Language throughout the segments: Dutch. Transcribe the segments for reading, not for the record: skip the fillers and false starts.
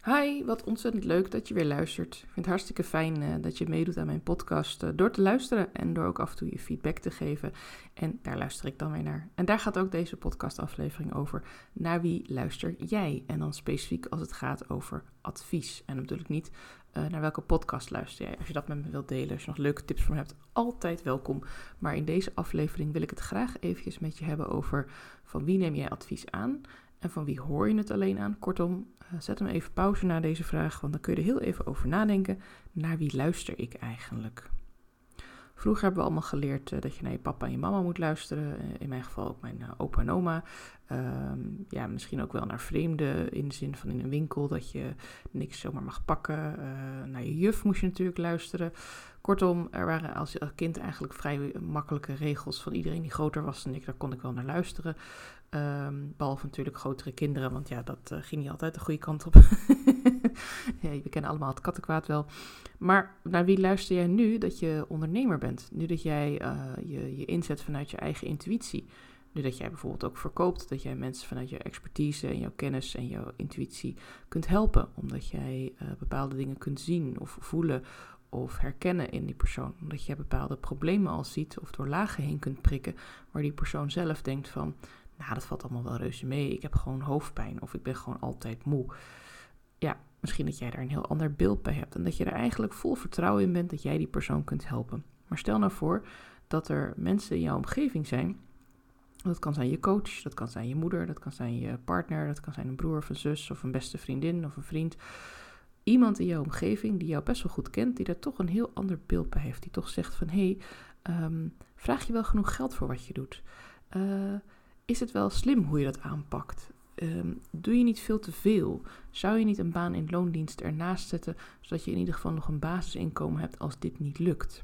Hi, wat ontzettend leuk dat je weer luistert. Ik vind het hartstikke fijn dat je meedoet aan mijn podcast door te luisteren en door ook af en toe je feedback te geven. En daar luister ik dan weer naar. En daar gaat ook deze podcastaflevering over. Naar wie luister jij? En dan specifiek als het gaat over advies. En dan bedoel ik niet naar welke podcast luister jij. Als je dat met me wilt delen, als je nog leuke tips voor me hebt, altijd welkom. Maar in deze aflevering wil ik het graag eventjes met je hebben over van wie neem jij advies aan? En van wie hoor je het alleen aan? Kortom, zet hem even pauze na deze vraag, want dan kun je er heel even over nadenken. Naar wie luister ik eigenlijk? Vroeger hebben we allemaal geleerd dat je naar je papa en je mama moet luisteren. In mijn geval ook mijn opa en oma. Misschien ook wel naar vreemden in de zin van in een winkel dat je niks zomaar mag pakken. Naar je juf moest je natuurlijk luisteren. Kortom, er waren als kind eigenlijk vrij makkelijke regels van iedereen die groter was dan ik. Daar kon ik wel naar luisteren. Behalve natuurlijk grotere kinderen, want ja, dat ging niet altijd de goede kant op. Ja, we kennen allemaal het kattenkwaad wel. Maar naar wie luister jij nu dat je ondernemer bent? Nu dat jij je inzet vanuit je eigen intuïtie. Nu dat jij bijvoorbeeld ook verkoopt, dat jij mensen vanuit jouw expertise en jouw kennis en jouw intuïtie kunt helpen. Omdat jij bepaalde dingen kunt zien of voelen of herkennen in die persoon. Omdat je bepaalde problemen al ziet of door lagen heen kunt prikken waar die persoon zelf denkt van, nou, dat valt allemaal wel reuze mee. Ik heb gewoon hoofdpijn of ik ben gewoon altijd moe. Ja, misschien dat jij daar een heel ander beeld bij hebt en dat je er eigenlijk vol vertrouwen in bent dat jij die persoon kunt helpen. Maar stel nou voor dat er mensen in jouw omgeving zijn. Dat kan zijn je coach, dat kan zijn je moeder, dat kan zijn je partner, dat kan zijn een broer of een zus of een beste vriendin of een vriend. Iemand in jouw omgeving die jou best wel goed kent, die daar toch een heel ander beeld bij heeft. Die toch zegt van, vraag je wel genoeg geld voor wat je doet? Is het wel slim hoe je dat aanpakt? Doe je niet veel te veel? Zou je niet een baan in loondienst ernaast zetten, zodat je in ieder geval nog een basisinkomen hebt als dit niet lukt?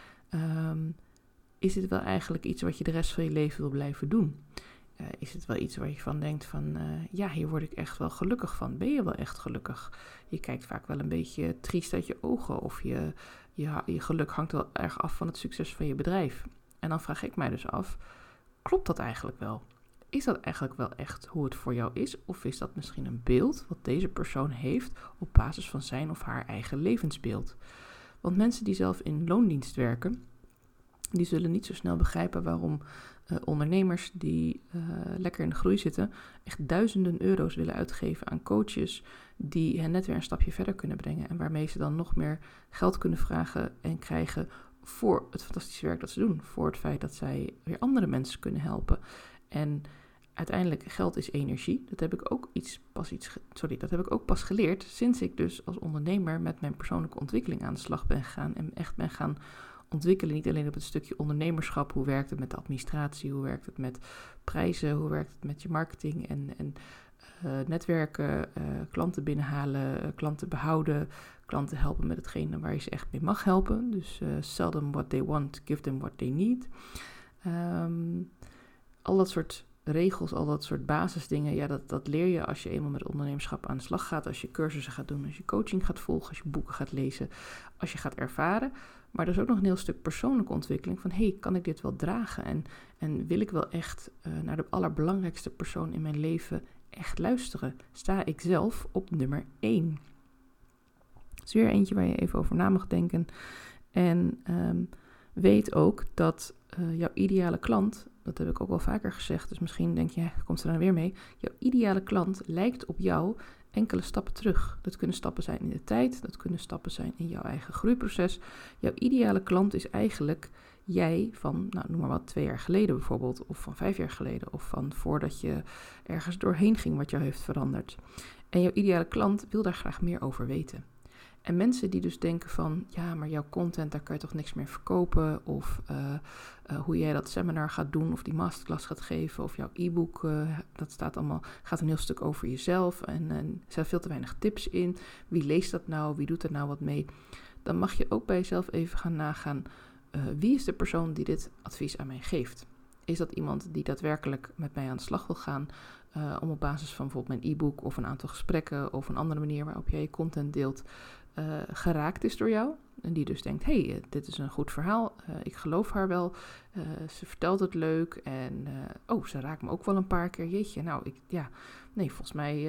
Is dit wel eigenlijk iets wat je de rest van je leven wil blijven doen? Is het wel iets waar je van denkt van, hier word ik echt wel gelukkig van. Ben je wel echt gelukkig? Je kijkt vaak wel een beetje triest uit je ogen of je geluk hangt wel erg af van het succes van je bedrijf. En dan vraag ik mij dus af, klopt dat eigenlijk wel? Is dat eigenlijk wel echt hoe het voor jou is? Of is dat misschien een beeld wat deze persoon heeft op basis van zijn of haar eigen levensbeeld? Want mensen die zelf in loondienst werken, die zullen niet zo snel begrijpen waarom ondernemers die lekker in de groei zitten, echt duizenden euro's willen uitgeven aan coaches die hen net weer een stapje verder kunnen brengen en waarmee ze dan nog meer geld kunnen vragen en krijgen voor het fantastische werk dat ze doen. Voor het feit dat zij weer andere mensen kunnen helpen. En uiteindelijk, geld is energie. Dat heb ik ook pas geleerd sinds ik dus als ondernemer met mijn persoonlijke ontwikkeling aan de slag ben gegaan en echt ben gaan ontwikkelen. Niet alleen op het stukje ondernemerschap, hoe werkt het met de administratie, hoe werkt het met prijzen, hoe werkt het met je marketing en netwerken, klanten binnenhalen, klanten behouden, klanten helpen met hetgene waar je ze echt mee mag helpen. Dus sell them what they want, give them what they need. Al dat soort regels, al dat soort basisdingen, ja, dat leer je als je eenmaal met ondernemerschap aan de slag gaat, als je cursussen gaat doen, als je coaching gaat volgen, als je boeken gaat lezen, als je gaat ervaren. Maar er is ook nog een heel stuk persoonlijke ontwikkeling van, kan ik dit wel dragen? En wil ik wel echt naar de allerbelangrijkste persoon in mijn leven echt luisteren? Sta ik zelf op nummer 1? Dat is weer eentje waar je even over na mag denken. En weet ook dat jouw ideale klant, dat heb ik ook wel vaker gezegd, dus misschien denk je, komt ze dan weer mee. Jouw ideale klant lijkt op jou enkele stappen terug. Dat kunnen stappen zijn in de tijd, dat kunnen stappen zijn in jouw eigen groeiproces. Jouw ideale klant is eigenlijk jij van, noem maar wat, 2 jaar geleden bijvoorbeeld, of van 5 jaar geleden, of van voordat je ergens doorheen ging wat jou heeft veranderd. En jouw ideale klant wil daar graag meer over weten. En mensen die dus denken van, ja, maar jouw content, daar kan je toch niks meer verkopen, of hoe jij dat seminar gaat doen, of die masterclass gaat geven, of jouw e-book, dat gaat een heel stuk over jezelf, en er zijn veel te weinig tips in. Wie leest dat nou? Wie doet er nou wat mee? Dan mag je ook bij jezelf even gaan nagaan, wie is de persoon die dit advies aan mij geeft? Is dat iemand die daadwerkelijk met mij aan de slag wil gaan, om op basis van bijvoorbeeld mijn e-book of een aantal gesprekken of een andere manier waarop jij je content deelt, geraakt is door jou? En die dus denkt, dit is een goed verhaal. Ik geloof haar wel. Ze vertelt het leuk. En ze raakt me ook wel een paar keer. Jeetje, volgens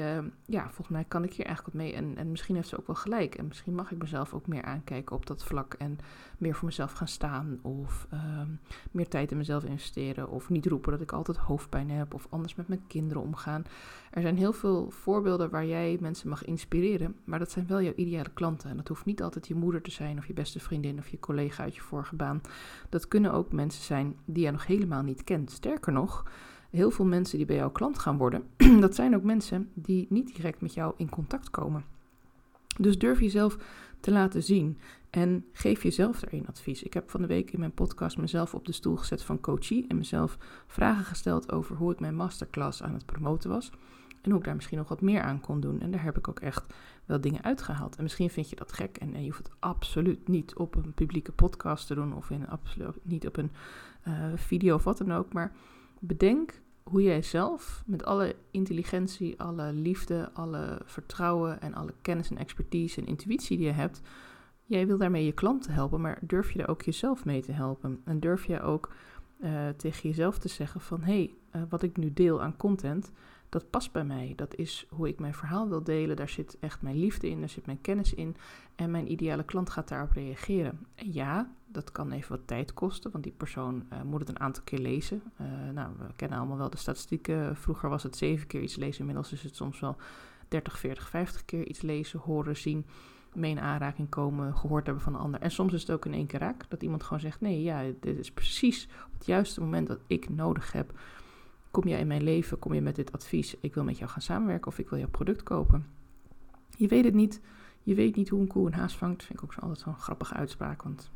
mij kan ik hier eigenlijk wat mee. En misschien heeft ze ook wel gelijk. En misschien mag ik mezelf ook meer aankijken op dat vlak. En meer voor mezelf gaan staan. Of meer tijd in mezelf investeren. Of niet roepen dat ik altijd hoofdpijn heb. Of anders met mijn kinderen omgaan. Er zijn heel veel voorbeelden waar jij mensen mag inspireren. Maar dat zijn wel jouw ideale klanten. En dat hoeft niet altijd je moeder te zijn. Of je beste vriendin. Of je collega uit je vorige baan. Dat kunnen ook mensen zijn die jij nog helemaal niet kent. Sterker nog, heel veel mensen die bij jou klant gaan worden, dat zijn ook mensen die niet direct met jou in contact komen. Dus durf jezelf te laten zien en geef jezelf erin advies. Ik heb van de week in mijn podcast mezelf op de stoel gezet van coachie en mezelf vragen gesteld over hoe ik mijn masterclass aan het promoten was. En hoe ik daar misschien nog wat meer aan kon doen. En daar heb ik ook echt wel dingen uitgehaald. En misschien vind je dat gek. En je hoeft het absoluut niet op een publieke podcast te doen. Of absoluut niet op een video of wat dan ook. Maar bedenk hoe jij zelf met alle intelligentie, alle liefde, alle vertrouwen en alle kennis en expertise en intuïtie die je hebt. Jij wil daarmee je klanten helpen. Maar durf je er ook jezelf mee te helpen? En durf je ook tegen jezelf te zeggen van wat ik nu deel aan content, dat past bij mij. Dat is hoe ik mijn verhaal wil delen. Daar zit echt mijn liefde in, daar zit mijn kennis in. En mijn ideale klant gaat daarop reageren. En ja, dat kan even wat tijd kosten, want die persoon moet het een aantal keer lezen. We kennen allemaal wel de statistieken. Vroeger was het 7 keer iets lezen. Inmiddels is het soms wel 30, 40, 50 keer iets lezen, horen, zien, mee in aanraking komen, gehoord hebben van een ander. En soms is het ook in 1 keer raak. Dat iemand gewoon zegt, dit is precies op het juiste moment wat ik nodig heb. Kom jij in mijn leven, kom je met dit advies, ik wil met jou gaan samenwerken of ik wil jouw product kopen. Je weet het niet. Je weet niet hoe een koe een haas vangt. Dat vind ik ook altijd zo'n grappige uitspraak. Want,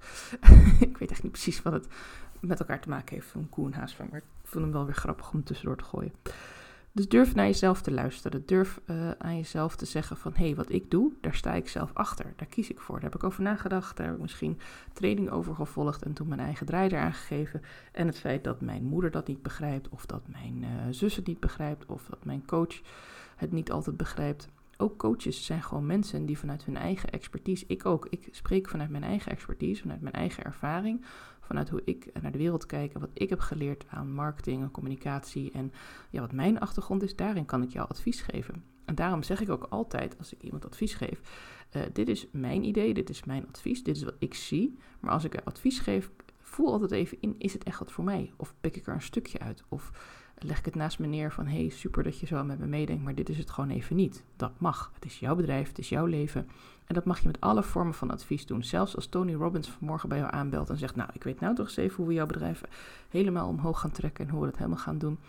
ik weet echt niet precies wat het met elkaar te maken heeft, hoe een koe een haas vangt. Maar ik vind hem wel weer grappig om tussendoor te gooien. Dus durf naar jezelf te luisteren. Durf aan jezelf te zeggen van, wat ik doe, daar sta ik zelf achter. Daar kies ik voor. Daar heb ik over nagedacht. Daar heb ik misschien training over gevolgd en toen mijn eigen draai eraan gegeven. En het feit dat mijn moeder dat niet begrijpt, of dat mijn zus het niet begrijpt, of dat mijn coach het niet altijd begrijpt. Ook coaches zijn gewoon mensen die vanuit hun eigen expertise, ik spreek vanuit mijn eigen expertise, vanuit mijn eigen ervaring, vanuit hoe ik naar de wereld kijk en wat ik heb geleerd aan marketing en communicatie en wat mijn achtergrond is, daarin kan ik jou advies geven. En daarom zeg ik ook altijd, als ik iemand advies geef, dit is mijn idee, dit is mijn advies, dit is wat ik zie, maar als ik advies geef, voel altijd even in, is het echt wat voor mij? Of pik ik er een stukje uit? Of leg ik het naast me neer van, super dat je zo met me meedenkt, maar dit is het gewoon even niet. Dat mag. Het is jouw bedrijf, het is jouw leven. En dat mag je met alle vormen van advies doen. Zelfs als Tony Robbins vanmorgen bij jou aanbelt en zegt, ik weet nou toch eens even hoe we jouw bedrijf helemaal omhoog gaan trekken en hoe we dat helemaal gaan doen.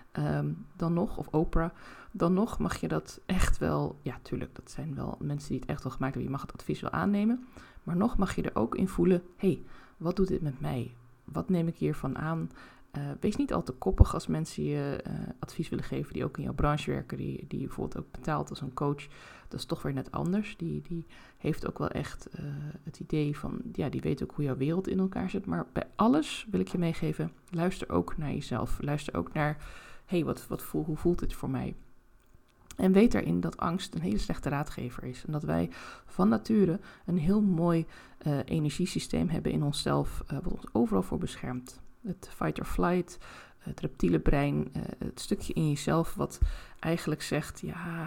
Dan nog, of Oprah, dan nog mag je dat echt wel, ja tuurlijk, dat zijn wel mensen die het echt wel gemaakt hebben, je mag het advies wel aannemen, maar nog mag je er ook in voelen, wat doet dit met mij? Wat neem ik hiervan aan? Wees niet al te koppig als mensen je advies willen geven die ook in jouw branche werken, die je bijvoorbeeld ook betaalt als een coach. Dat is toch weer net anders. Die heeft ook wel echt het idee van, die weet ook hoe jouw wereld in elkaar zit. Maar bij alles wil ik je meegeven, luister ook naar jezelf. Luister ook naar, hoe voelt dit voor mij? En weet daarin dat angst een hele slechte raadgever is. En dat wij van nature een heel mooi energiesysteem hebben in onszelf, wat ons overal voor beschermt. Het fight or flight, het reptiele brein, het stukje in jezelf wat eigenlijk zegt,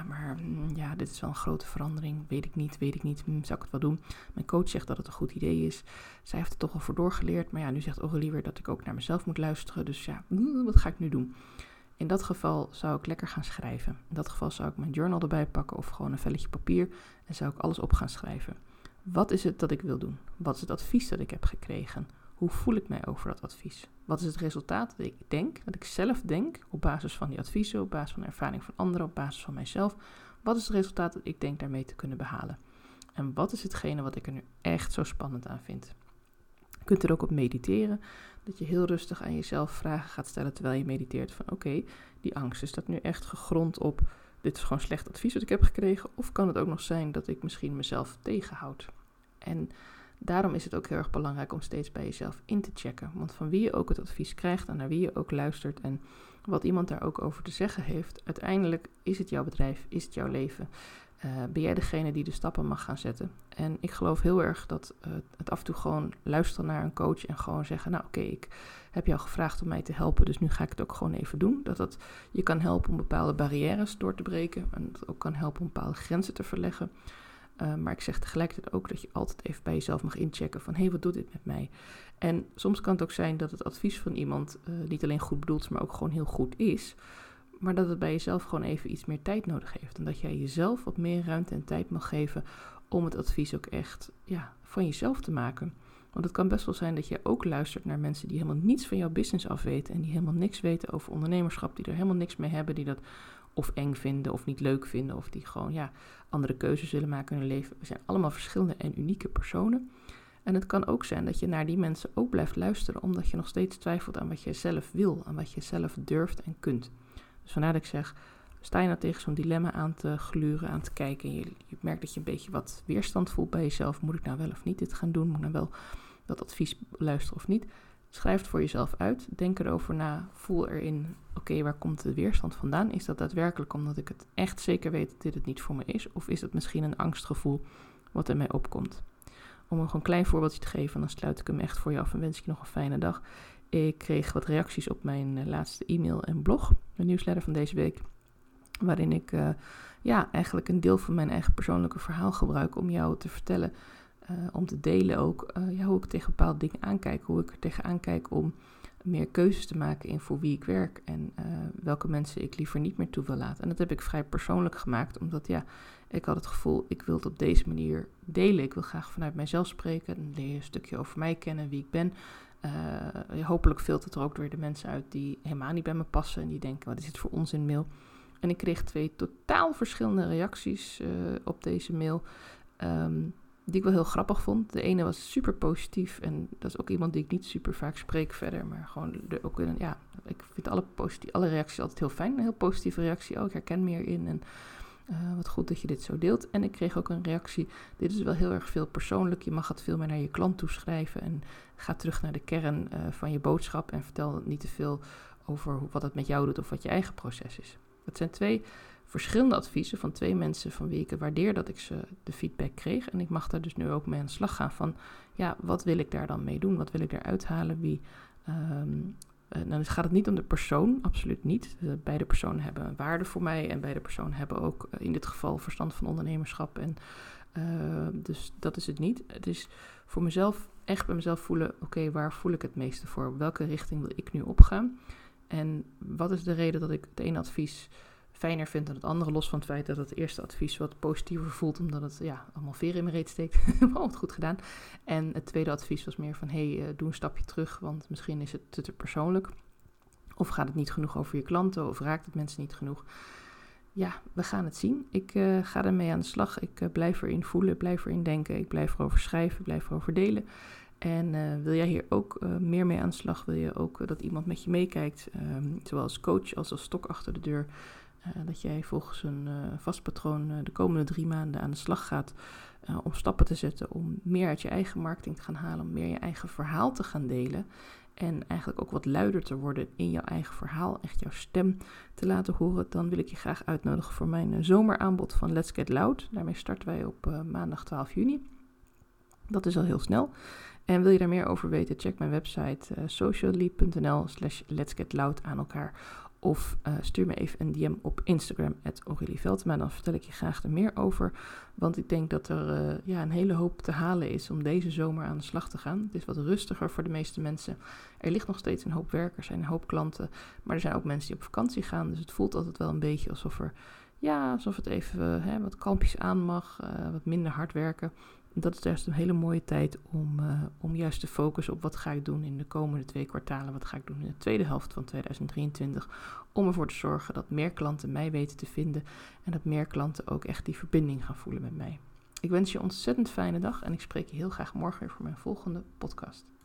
dit is wel een grote verandering, weet ik niet, zou ik het wel doen? Mijn coach zegt dat het een goed idee is, zij heeft er toch al voor doorgeleerd, maar nu zegt Aurélie weer dat ik ook naar mezelf moet luisteren, dus wat ga ik nu doen? In dat geval zou ik lekker gaan schrijven. In dat geval zou ik mijn journal erbij pakken of gewoon een velletje papier en zou ik alles op gaan schrijven. Wat is het dat ik wil doen? Wat is het advies dat ik heb gekregen? Hoe voel ik mij over dat advies? Wat is het resultaat dat ik zelf denk, op basis van die adviezen, op basis van de ervaring van anderen, op basis van mijzelf? Wat is het resultaat dat ik denk daarmee te kunnen behalen? En wat is hetgene wat ik er nu echt zo spannend aan vind? Je kunt er ook op mediteren, dat je heel rustig aan jezelf vragen gaat stellen terwijl je mediteert van oké, die angst, is dat nu echt gegrond op dit is gewoon slecht advies wat ik heb gekregen? Of kan het ook nog zijn dat ik misschien mezelf tegenhoud? En daarom is het ook heel erg belangrijk om steeds bij jezelf in te checken. Want van wie je ook het advies krijgt en naar wie je ook luistert en wat iemand daar ook over te zeggen heeft, uiteindelijk is het jouw bedrijf, is het jouw leven. Ben jij degene die de stappen mag gaan zetten? En ik geloof heel erg dat het af en toe gewoon luisteren naar een coach en gewoon zeggen, nou oké, ik heb jou gevraagd om mij te helpen, dus nu ga ik het ook gewoon even doen. Dat je kan helpen om bepaalde barrières door te breken en dat het ook kan helpen om bepaalde grenzen te verleggen. Maar ik zeg tegelijkertijd ook dat je altijd even bij jezelf mag inchecken van, hé, wat doet dit met mij? En soms kan het ook zijn dat het advies van iemand niet alleen goed bedoeld is, maar ook gewoon heel goed is. Maar dat het bij jezelf gewoon even iets meer tijd nodig heeft. En dat jij jezelf wat meer ruimte en tijd mag geven om het advies ook echt van jezelf te maken. Want het kan best wel zijn dat je ook luistert naar mensen die helemaal niets van jouw business afweten. En die helemaal niks weten over ondernemerschap. Die er helemaal niks mee hebben. Die dat of eng vinden of niet leuk vinden. Of die gewoon andere keuzes willen maken in hun leven. We zijn allemaal verschillende en unieke personen. En het kan ook zijn dat je naar die mensen ook blijft luisteren. Omdat je nog steeds twijfelt aan wat je zelf wil. Aan wat je zelf durft en kunt. Dus vandaar dat ik zeg, sta je nou tegen zo'n dilemma aan te gluren, aan te kijken. En je merkt dat je een beetje wat weerstand voelt bij jezelf. Moet ik nou wel of niet dit gaan doen? Moet ik nou wel dat advies luisteren of niet? Schrijf het voor jezelf uit. Denk erover na. Voel erin, oké, waar komt de weerstand vandaan? Is dat daadwerkelijk omdat ik het echt zeker weet dat dit het niet voor me is? Of is het misschien een angstgevoel wat in mij opkomt? Om nog een klein voorbeeldje te geven, dan sluit ik hem echt voor je af en wens ik je nog een fijne dag. Ik kreeg wat reacties op mijn laatste e-mail en blog, de nieuwsletter van deze week, waarin ik eigenlijk een deel van mijn eigen persoonlijke verhaal gebruik om jou te vertellen, om te delen ook hoe ik tegen bepaalde dingen aankijk, hoe ik er tegenaan kijk om meer keuzes te maken in voor wie ik werk en welke mensen ik liever niet meer toe wil laten. En dat heb ik vrij persoonlijk gemaakt, omdat ik had het gevoel, ik wil het op deze manier delen. Ik wil graag vanuit mijzelf spreken, dan leer je een stukje over mij kennen, wie ik ben. Hopelijk filtert er ook weer de mensen uit die helemaal niet bij me passen en die denken, wat is dit voor onzin mail? En ik kreeg 2 totaal verschillende reacties op deze mail, die ik wel heel grappig vond. De ene was super positief en dat is ook iemand die ik niet super vaak spreek verder, maar gewoon ik vind alle reacties altijd heel fijn. Een heel positieve reactie, ik herken me erin en wat goed dat je dit zo deelt. En ik kreeg ook een reactie, dit is wel heel erg veel persoonlijk, je mag het veel meer naar je klant toeschrijven en ga terug naar de kern van je boodschap en vertel niet te veel over wat het met jou doet of wat je eigen proces is. Dat zijn 2 verschillende adviezen van 2 mensen van wie ik het waardeer dat ik ze de feedback kreeg. En ik mag daar dus nu ook mee aan de slag gaan van, wat wil ik daar dan mee doen? Wat wil ik eruit halen? Dan gaat het niet om de persoon, absoluut niet. Beide personen hebben een waarde voor mij en beide personen hebben ook in dit geval verstand van ondernemerschap. En dus dat is het niet. Het is voor mezelf echt bij mezelf voelen, oké, waar voel ik het meeste voor? Welke richting wil ik nu opgaan? En wat is de reden dat ik het ene advies fijner vind dan het andere, los van het feit dat het eerste advies wat positiever voelt, omdat het allemaal veren in mijn reet steekt. Wat goed gedaan. En het tweede advies was meer van, doe een stapje terug, want misschien is het te persoonlijk. Of gaat het niet genoeg over je klanten, of raakt het mensen niet genoeg? Ja, we gaan het zien. Ik ga ermee aan de slag. Ik blijf erin voelen, blijf erin denken, ik blijf erover schrijven, ik blijf erover delen. En wil jij hier ook meer mee aan de slag? Wil je ook dat iemand met je meekijkt, zowel als coach als stok achter de deur? Dat jij volgens een vast patroon de komende 3 maanden aan de slag gaat om stappen te zetten, om meer uit je eigen marketing te gaan halen, om meer je eigen verhaal te gaan delen en eigenlijk ook wat luider te worden in jouw eigen verhaal, echt jouw stem te laten horen, dan wil ik je graag uitnodigen voor mijn zomeraanbod van Let's Get Loud. Daarmee starten wij op maandag 12 juni. Dat is al heel snel. En wil je daar meer over weten, check mijn website socially.nl/letsgetloud aan elkaar. Of stuur me even een DM op Instagram, @AurelieVeltema. Dan vertel ik je graag er meer over. Want ik denk dat er een hele hoop te halen is om deze zomer aan de slag te gaan. Het is wat rustiger voor de meeste mensen. Er ligt nog steeds een hoop werk, er zijn een hoop klanten. Maar er zijn ook mensen die op vakantie gaan. Dus het voelt altijd wel een beetje alsof het even wat kalmpjes aan mag. Wat minder hard werken. Dat is juist een hele mooie tijd om juist te focussen op wat ga ik doen in de komende 2 kwartalen. Wat ga ik doen in de tweede helft van 2023. Om ervoor te zorgen dat meer klanten mij weten te vinden. En dat meer klanten ook echt die verbinding gaan voelen met mij. Ik wens je een ontzettend fijne dag en ik spreek je heel graag morgen weer voor mijn volgende podcast.